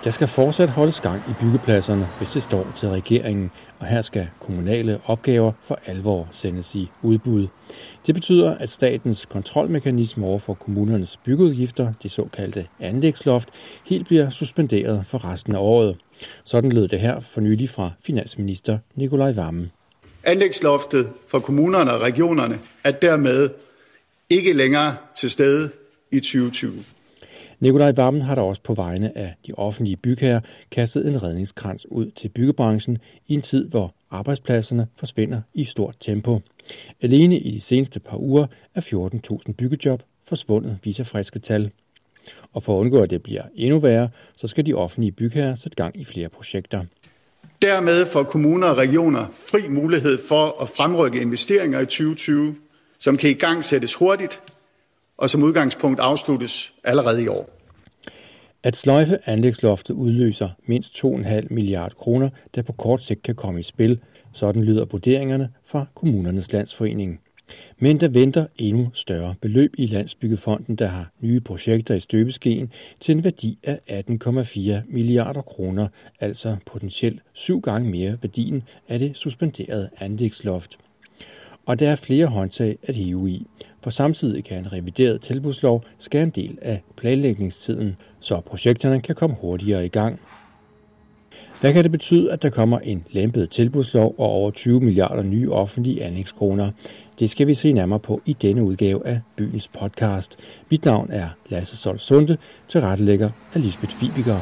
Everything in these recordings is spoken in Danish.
Der skal fortsat holdes gang i byggepladserne, hvis det står til regeringen, og her skal kommunale opgaver for alvor sendes i udbud. Det betyder, at statens kontrolmekanisme over for kommunernes byggeudgifter, det såkaldte anlægsloft, helt bliver suspenderet for resten af året. Sådan lød det her for nylig fra finansminister Nicolai Wammen. Anlægsloftet for kommunerne og regionerne er dermed ikke længere til stede i 2020. Nicolai Wammen har da også på vegne af de offentlige bygherrer kastet en redningskrans ud til byggebranchen i en tid, hvor arbejdspladserne forsvinder i stort tempo. Alene i de seneste par uger er 14.000 byggejob forsvundet, viser friske tal. Og for at undgå, at det bliver endnu værre, så skal de offentlige bygherrer sætte gang i flere projekter. Dermed får kommuner og regioner fri mulighed for at fremrykke investeringer i 2020, som kan igangsættes hurtigt og som udgangspunkt afsluttes allerede i år. At sløjfe anlægsloftet udløser mindst 2,5 milliarder kroner, der på kort sigt kan komme i spil. Sådan lyder vurderingerne fra Kommunernes Landsforening. Men der venter endnu større beløb i Landsbyggefonden, der har nye projekter i støbeskeen til en værdi af 18,4 milliarder kroner, altså potentielt 7 gange mere værdien af det suspenderede anlægsloft. Og der er flere håndtag at hive i, for samtidig kan en revideret tilbudslov skære en del af planlægningstiden, så projekterne kan komme hurtigere i gang. Hvad kan det betyde, at der kommer en lempet tilbudslov og over 20 milliarder nye offentlige anlægskroner? Det skal vi se nærmere på i denne udgave af Byens podcast. Mit navn er Lasse Solt Sunde, tilrettelægger af Lisbeth Fibiger.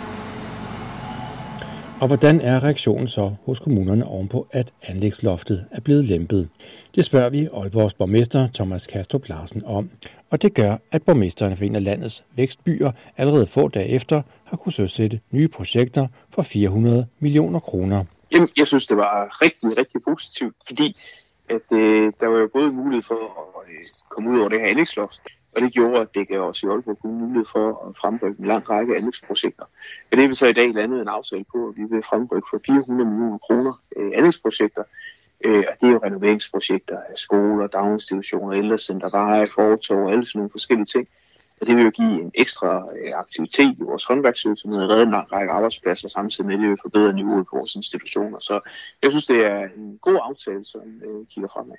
Og hvordan er reaktionen så hos kommunerne ovenpå, at anlægsloftet er blevet lempet? Det spørger vi Aalborgs borgmester Thomas Kastrup Larsen om. Og det gør, at borgmesteren for en af landets vækstbyer allerede få dage efter har kunnet søsætte nye projekter for 400 millioner kroner. Jamen, jeg synes, det var rigtig, rigtig positivt, fordi at, der var jo både mulighed for at komme ud over det her anlægsloft, og det gjorde, at det gav os i Aalborg Kommune mulighed for at fremrykke en lang række anlægsprojekter. Men det vil så i dag landet en aftale på, at vi vil fremrykke for 400 millioner kroner anlægsprojekter. Og det er jo renoveringsprojekter af skoler, daginstitutioner, ældrecenter, veje, fortov og alle sådan nogle forskellige ting. Og det vil jo give en ekstra aktivitet i vores håndværksvirksomhed, redde en lang række arbejdspladser, samtidig med at det vil forbedre niveauet på vores institutioner. Så jeg synes, det er en god aftale, som kigger fremad.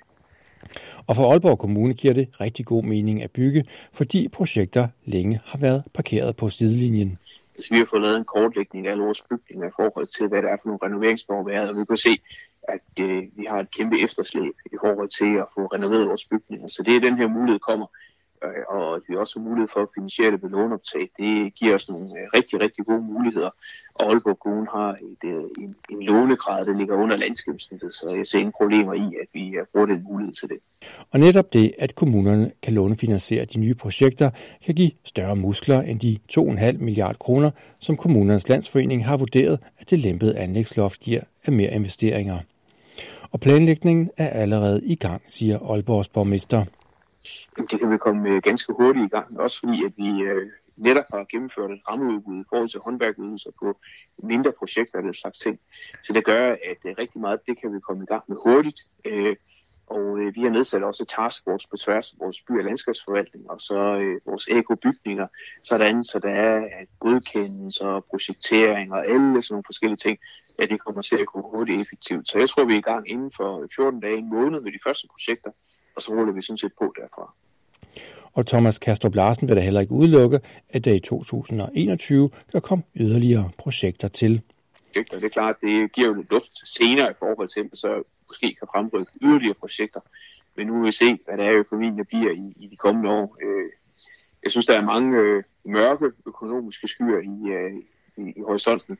Og for Aalborg Kommune giver det rigtig god mening at bygge, fordi projekter længe har været parkeret på sidelinjen. Så vi har fået lavet en kortlægning af alle vores bygninger i forhold til, hvad der er for nogle renoveringsbehov, vi har, og vi kan se, at vi har et kæmpe efterslæb i forhold til at få renoveret vores bygninger. Så det er den her mulighed kommer, og at vi også har mulighed for at finansiere det ved låneoptag. Det giver os nogle rigtig, rigtig gode muligheder. Og Aalborg Kommune har en lånegrad, der ligger under landsgennemsnittet, så jeg ser ingen problemer i, at vi bruger den mulighed til det. Og netop det, at kommunerne kan lånefinansiere de nye projekter, kan give større muskler end de 2,5 milliarder kroner, som Kommunernes Landsforening har vurderet, at det lempede anlægsloft giver af mere investeringer. Og planlægningen er allerede i gang, siger Aalborgs borgmester. Det kan vi komme ganske hurtigt i gang, også fordi at vi netop har gennemført et rammeudbud i forhold til håndværkerydelser på mindre projekter og den slags ting. Så det gør, at rigtig meget det kan vi komme i gang med hurtigt. Og vi har nedsat også et taskforce på tværs af vores by- og landskabsforvaltning og så vores ekobygninger, sådan så der er godkendelser og projektering og alle sådan nogle forskellige ting, at det kommer til at gå hurtigt effektivt. Så jeg tror, vi er i gang inden for 14 dage, en måned med de første projekter, og så ruller vi sådan set på derfra. Og Thomas Kastrup Larsen vil da heller ikke udelukke, at der i 2021 kan komme yderligere projekter til. Det er klart, at det giver jo lidt luft senere i forhold til, at så måske kan fremrykke yderligere projekter. Men nu vil vi se, hvad der er økonomien, der bliver i de kommende år. Jeg synes, der er mange mørke økonomiske skyer i horisonten.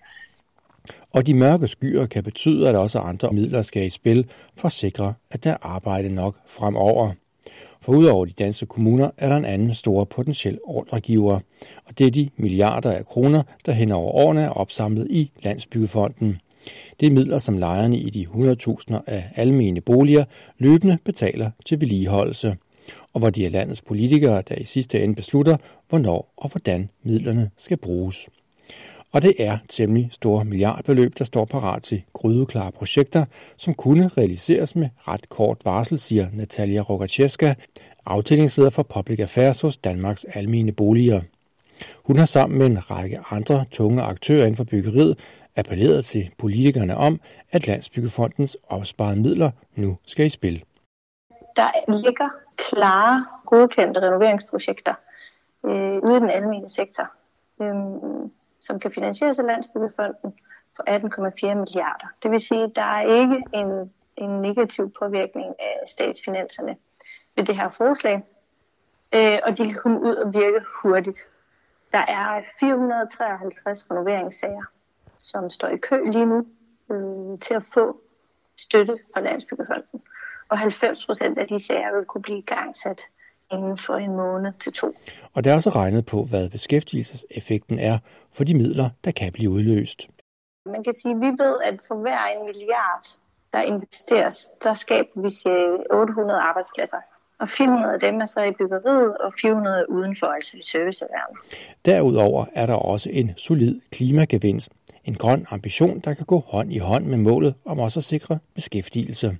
Og de mørke skyer kan betyde, at også andre midler skal i spil for at sikre, at der er arbejde nok fremover. For udover de danske kommuner er der en anden stor potentiel ordregiver, og det er de milliarder af kroner, der hen over årene er opsamlet i Landsbyggefonden. Det er midler, som lejerne i de 100.000 af almene boliger løbende betaler til vedligeholdelse, og hvor de er landets politikere, der i sidste ende beslutter, hvornår og hvordan midlerne skal bruges. Og det er temmelig store milliardbeløb, der står parat til grydeklare projekter, som kunne realiseres med ret kort varsel, siger Natalia Rogaczewska, afdelingsleder for Public Affairs hos Danmarks Almene Boliger. Hun har sammen med en række andre tunge aktører inden for byggeriet appelleret til politikerne om, at Landsbyggefondens opsparede midler nu skal i spil. Der ligger klare, godkendte renoveringsprojekter ude i den almene sektor, som kan finansieres af Landsbyggefonden for 18,4 milliarder. Det vil sige, at der er ikke en negativ påvirkning af statsfinanserne ved det her forslag, og de kan komme ud og virke hurtigt. Der er 453 renoveringssager, som står i kø lige nu til at få støtte fra Landsbyggefonden. Og 90% af de sager vil kunne blive igangsat inden for 1 måned til 2. Og der er også regnet på, hvad beskæftigelseseffekten er for de midler, der kan blive udløst. Man kan sige, at vi ved, at for hver 1 milliard, der investeres, der skaber vi 800 arbejdspladser. Og 400 af dem er så i byggeriet, og 400 er udenfor, altså i serviceerhvervene. Derudover er der også en solid klimagevinst. En grøn ambition, der kan gå hånd i hånd med målet om også at sikre beskæftigelse.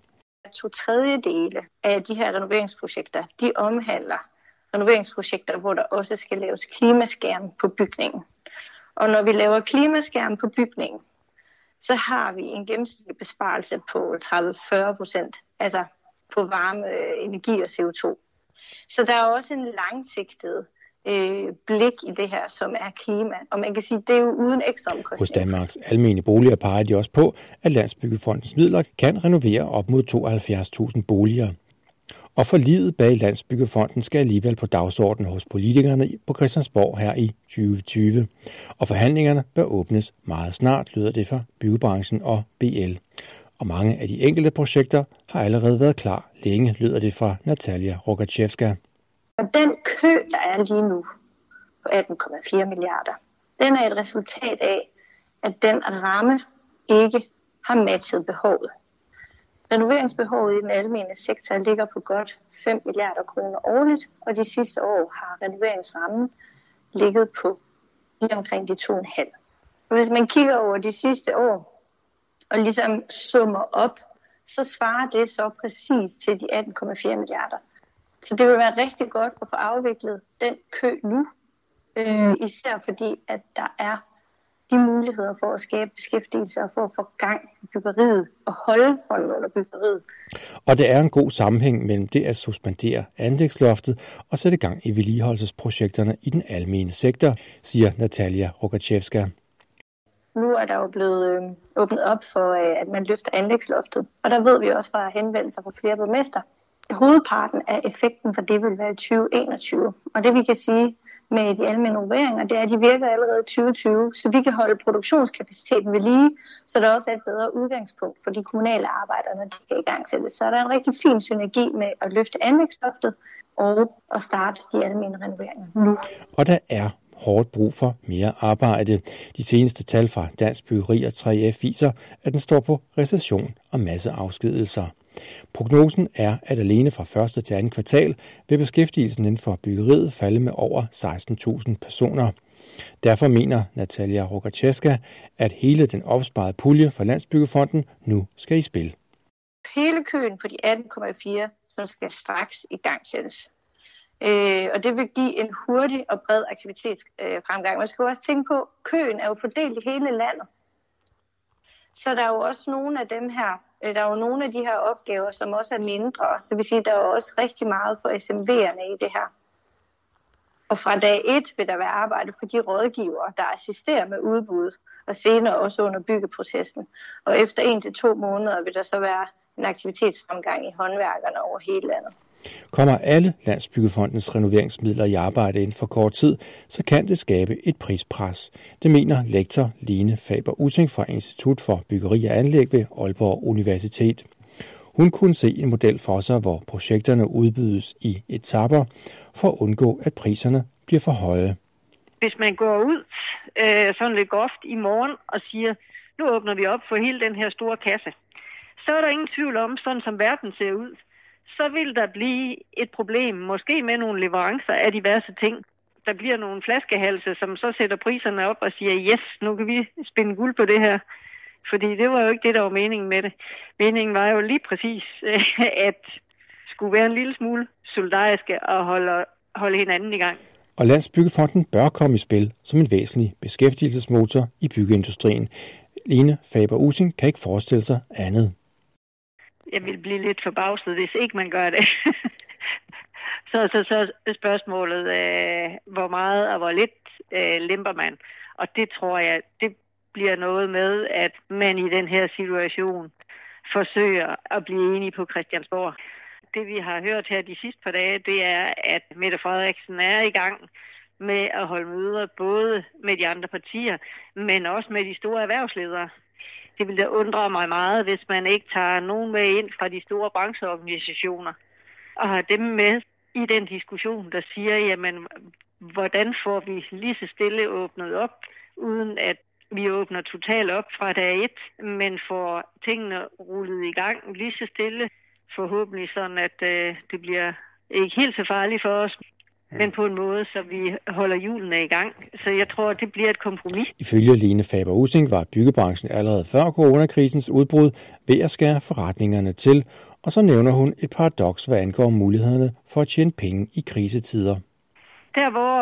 2/3 af de her renoveringsprojekter, de omhandler renoveringsprojekter, hvor der også skal laves klimaskærm på bygningen. Og når vi laver klimaskærm på bygningen, så har vi en gennemsnitlig besparelse på 30-40%, altså på varme, energi og CO2. Så der er også en langsigtet blik i det her, som er klima. Og man kan sige, at det er jo uden ekstra omkostninger. Hos Danmarks Almene Boliger peger de også på, at Landsbyggefondens midler kan renovere op mod 72.000 boliger. Og forliget bag Landsbyggefonden skal alligevel på dagsordenen hos politikerne på Christiansborg her i 2020. Og forhandlingerne bør åbnes meget snart, lyder det fra byggebranchen og BL. Og mange af de enkelte projekter har allerede været klar længe, lyder det fra Natalia Rogachevska. Og den kø, der er lige nu på 18,4 milliarder, den er et resultat af, at den ramme ikke har matchet behovet. Renoveringsbehovet i den almene sektor ligger på godt 5 milliarder kroner årligt, og de sidste år har renoveringsrammen ligget på lige omkring de 2,5. Og hvis man kigger over de sidste år og ligesom summer op, så svarer det så præcis til de 18,4 milliarder. Så det vil være rigtig godt at få afviklet den kø nu, især fordi, at der er de muligheder for at skabe beskæftigelse og for at få gang i byggeriet og holde hånden under byggeriet. Og der er en god sammenhæng mellem det at suspendere anlægsloftet og sætte gang i vedligeholdelsesprojekterne i den almene sektor, siger Natalia Rogachevska. Nu er der jo blevet åbnet op for, at man løfter anlægsloftet, og der ved vi også fra henvendelser fra flere borgmester. Hovedparten af effekten for det vil være i 2021, og det vi kan sige med de almene renoveringer, det er, at de virker allerede i 2020, så vi kan holde produktionskapaciteten ved lige, så der også er et bedre udgangspunkt for de kommunale arbejdere, når de kan igangsættes. Så der er en rigtig fin synergi med at løfte anlægsloftet og at starte de almene renoveringer nu. Og der er hårdt brug for mere arbejde. De seneste tal fra Dansk Byggeri og 3F viser, at den står på recession og masseafskedigelser. Prognosen er, at alene fra første til andet kvartal vil beskæftigelsen inden for byggeriet falde med over 16.000 personer. Derfor mener Natalia Rogachevska, at hele den opsparede pulje for Landsbyggefonden nu skal i spil. Hele køen på de 18,4, som skal straks igangsættes. Og det vil give en hurtig og bred aktivitetsfremgang. Man skal også tænke på, at køen er jo fordelt i hele landet. Så der er jo også nogle af dem her, der er jo nogle af de her opgaver, som også er mindre. Så det vil sige, at der er også rigtig meget for SMV'erne i det her. Og fra dag 1 vil der være arbejde for de rådgivere, der assisterer med udbud, og senere også under byggeprocessen. Og efter 1 til 2 måneder vil der så være en aktivitetsfremgang i håndværkerne over hele landet. Kommer alle Landsbyggefondens renoveringsmidler i arbejde inden for kort tid, så kan det skabe et prispres. Det mener lektor Lene Faber-Ussing fra Institut for Byggeri og Anlæg ved Aalborg Universitet. Hun kunne se en model for sig, hvor projekterne udbydes i etaper for at undgå, at priserne bliver for høje. Hvis man går ud sådan lidt groft i morgen og siger, nu åbner vi op for hele den her store kasse, så er der ingen tvivl om, sådan som verden ser ud, så vil der blive et problem, måske med nogle leverancer af diverse ting. Der bliver nogle flaskehalse, som så sætter priserne op og siger, yes, nu kan vi spinde guld på det her. Fordi det var jo ikke det, der var meningen med det. Meningen var jo lige præcis, at skulle være en lille smule solidariske og holde hinanden i gang. Og Landsbyggefonden bør komme i spil som en væsentlig beskæftigelsesmotor i byggeindustrien. Lene Faber-Ussing kan ikke forestille sig andet. Jeg vil blive lidt forbavset, hvis ikke man gør det. så spørgsmålet, hvor meget og hvor lidt lemper man. Og det tror jeg, det bliver noget med, at man i den her situation forsøger at blive enige på Christiansborg. Det vi har hørt her de sidste par dage, det er, at Mette Frederiksen er i gang med at holde møder både med de andre partier, men også med de store erhvervsledere. Det vil da undre mig meget, hvis man ikke tager nogen med ind fra de store brancheorganisationer og har dem med i den diskussion, der siger, jamen, hvordan får vi lige så stille åbnet op, uden at vi åbner totalt op fra dag 1, men får tingene rullet i gang lige så stille, forhåbentlig sådan, at det bliver ikke helt så farligt for os, men på en måde, så vi holder hjulene i gang. Så jeg tror, det bliver et kompromis. Ifølge Lene Faber-Ussing var byggebranchen allerede før coronakrisens udbrud ved at skære forretningerne til, og så nævner hun et paradoks, hvad angår mulighederne for at tjene penge i krisetider. Der, hvor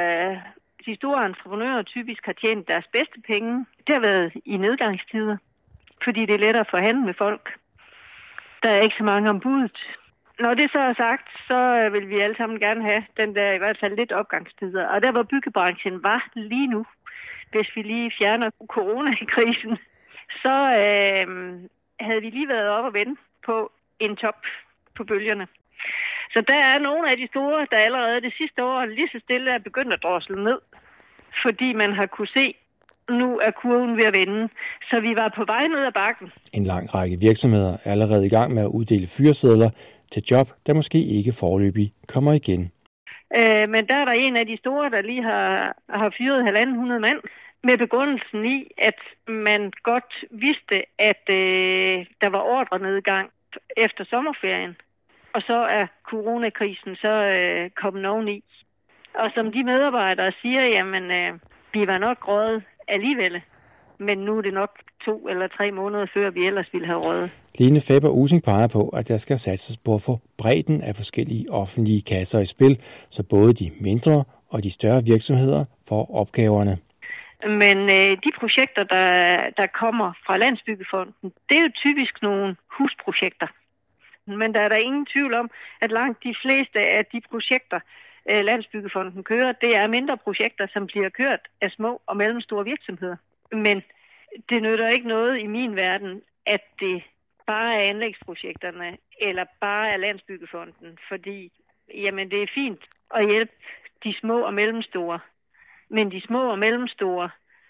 de store entreprenører typisk har tjent deres bedste penge, det har været i nedgangstider, fordi det er lettere at forhandle med folk. Der er ikke så mange om budet. Når det så er sagt, så vil vi alle sammen gerne have den der i hvert fald lidt opgangstider. Og der, hvor byggebranchen var lige nu, hvis vi lige fjerner coronakrisen, så havde vi lige været op og vende på en top på bølgerne. Så der er nogle af de store, der allerede det sidste år lige så stille er begyndt at drosle ned, fordi man har kunne se, nu er kurven ved at vende. Så vi var på vej ned ad bakken. En lang række virksomheder er allerede i gang med at uddele fyresedler til job, der måske ikke foreløbig kommer igen. Men der er der en af de store, der lige har fyret 1.500 mand, med begrundelsen i, at man godt vidste, at der var ordrenedgang efter sommerferien. Og så er coronakrisen så kommet oveni. Og som de medarbejdere siger, jamen, vi var nok røget alligevel, men nu er det nok 2 eller 3 måneder før, vi ellers ville have røget. Lene Faber-Ussing peger på, at der skal satses på at få bredden af forskellige offentlige kasser i spil, så både de mindre og de større virksomheder får opgaverne. Men de projekter, der kommer fra Landsbyggefonden, det er jo typisk nogle husprojekter. Men der er der ingen tvivl om, at langt de fleste af de projekter, Landsbyggefonden kører, det er mindre projekter, som bliver kørt af små og mellemstore virksomheder. Men det nytter ikke noget i min verden, at det bare er anlægsprojekterne, eller bare er Landsbyggefonden, fordi jamen, det er fint at hjælpe de små og mellemstore. Men de små og mellemstore,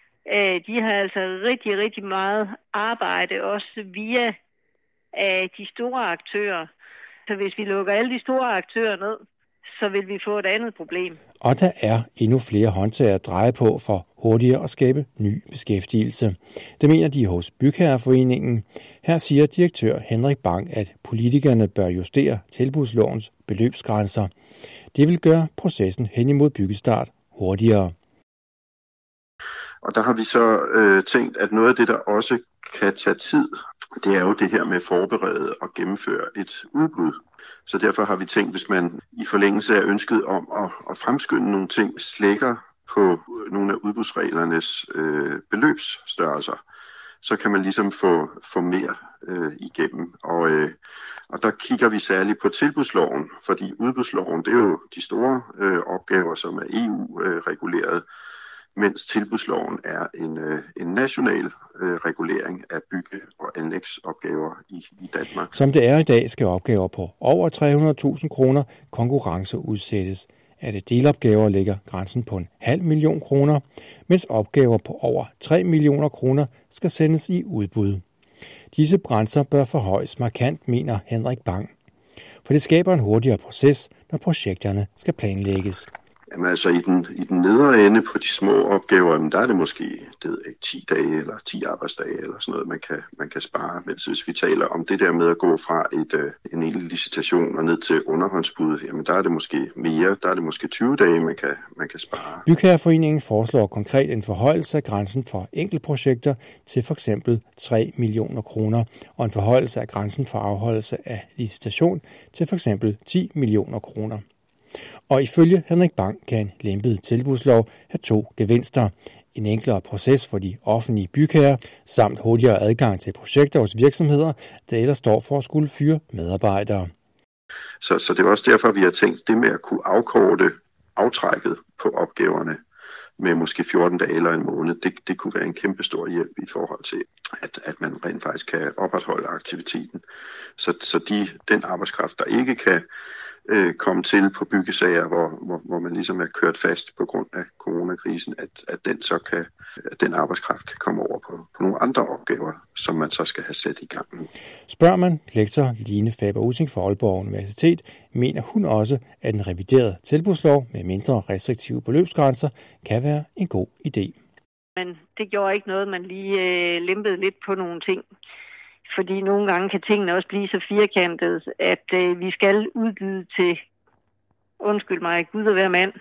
de har altså rigtig, rigtig meget arbejde, også via de store aktører. Så hvis vi lukker alle de store aktører ned, så vil vi få et andet problem. Og der er endnu flere håndtag at dreje på for hurtigere at skabe ny beskæftigelse. Det mener de hos Bygherreforeningen. Her siger direktør Henrik Bang, at politikerne bør justere tilbudslovens beløbsgrænser. Det vil gøre processen hen imod byggestart hurtigere. Og der har vi så tænkt, at noget af det, der også kan tage tid, det er jo det her med at forberede og gennemføre et udbud. Så derfor har vi tænkt, hvis man i forlængelse af ønsket om at fremskynde nogle ting, slækker på nogle af udbudsreglernes beløbsstørrelser, så kan man ligesom få mere igennem. Og der kigger vi særligt på tilbudsloven, fordi udbudsloven, det er jo de store opgaver, som er EU-reguleret, mens tilbudsloven er en national regulering af bygge- og anlægsopgaver i Danmark. Som det er i dag, skal opgaver på over 300.000 kroner konkurrenceudsættes. Er det delopgaver, ligger grænsen på 500.000 kroner, mens opgaver på over 3 millioner kroner skal sendes i udbud. Disse grænser bør forhøjes markant, mener Henrik Bang. For det skaber en hurtigere proces, når projekterne skal planlægges. Jamen altså i den nedre ende på de små opgaver, der er det måske 10 dage eller 10 arbejdsdage eller sådan noget, man kan spare. Men hvis vi taler om det der med at gå fra en enkelt licitation og ned til underhåndsbud, jamen der er det måske mere, der er det måske 20 dage, man kan spare. Bygherreforeningen foreslår konkret en forhøjelse af grænsen for enkeltprojekter til f.eks. 3 millioner kroner, og en forhøjelse af grænsen for afholdelse af licitation til f.eks. 10 millioner kroner. Og ifølge Henrik Bang kan en lempet tilbudslov have 2 gevinster. En enklere proces for de offentlige bygherrer, samt hurtigere adgang til projekter hos virksomheder, der ellers står for at skulle fyre medarbejdere. Så det er også derfor, vi har tænkt det med at kunne afkorte aftrækket på opgaverne med måske 14 dage eller en måned. Det kunne være en kæmpe stor hjælp i forhold til, at man rent faktisk kan opretholde aktiviteten. Så den arbejdskraft, der ikke kan komme til på byggesager, hvor man ligesom er kørt fast på grund af coronakrisen, at den arbejdskraft kan komme over på nogle andre opgaver, som man så skal have sat i gang nu. Spørger man lektor Line Faber-Ussing fra Aalborg Universitet, mener hun også, at en revideret tilbudslov med mindre restriktive beløbsgrænser kan være en god idé. Men det gjorde ikke noget, man lige lempede lidt på nogle ting. Fordi nogle gange kan tingene også blive så firkantet, at vi skal udbyde til, undskyld mig, Gud og hver mand.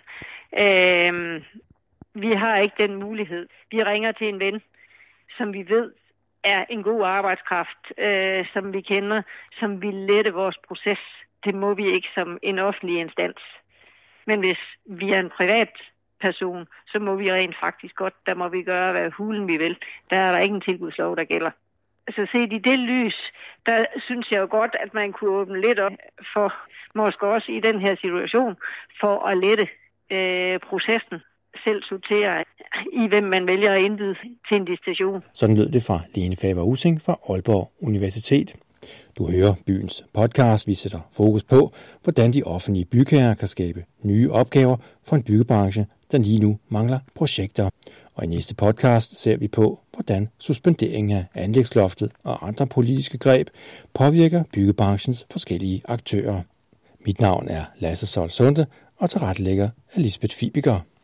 Vi har ikke den mulighed. Vi ringer til en ven, som vi ved er en god arbejdskraft, som vi kender, som vil lette vores proces. Det må vi ikke som en offentlig instans. Men hvis vi er en privat person, så må vi rent faktisk godt, der må vi gøre, hvad hulen vi vil. Der er der ikke en tilbudslov, der gælder. Så set i det lys, der synes jeg jo godt, at man kunne åbne lidt op for, måske også i den her situation, for at lette processen. Selv sortere i, hvem man vælger at indbyde til en destination. Sådan lød det fra Line Faber-Ussing fra Aalborg Universitet. Du hører Byens podcast. Vi sætter fokus på, hvordan de offentlige bygherrer kan skabe nye opgaver for en byggebranche, der lige nu mangler projekter. Og i næste podcast ser vi på, hvordan suspenderingen af anlægsloftet og andre politiske greb påvirker byggebranchens forskellige aktører. Mit navn er Lasse Solsunde, og tilrettelægger er Lisbeth Fibiger.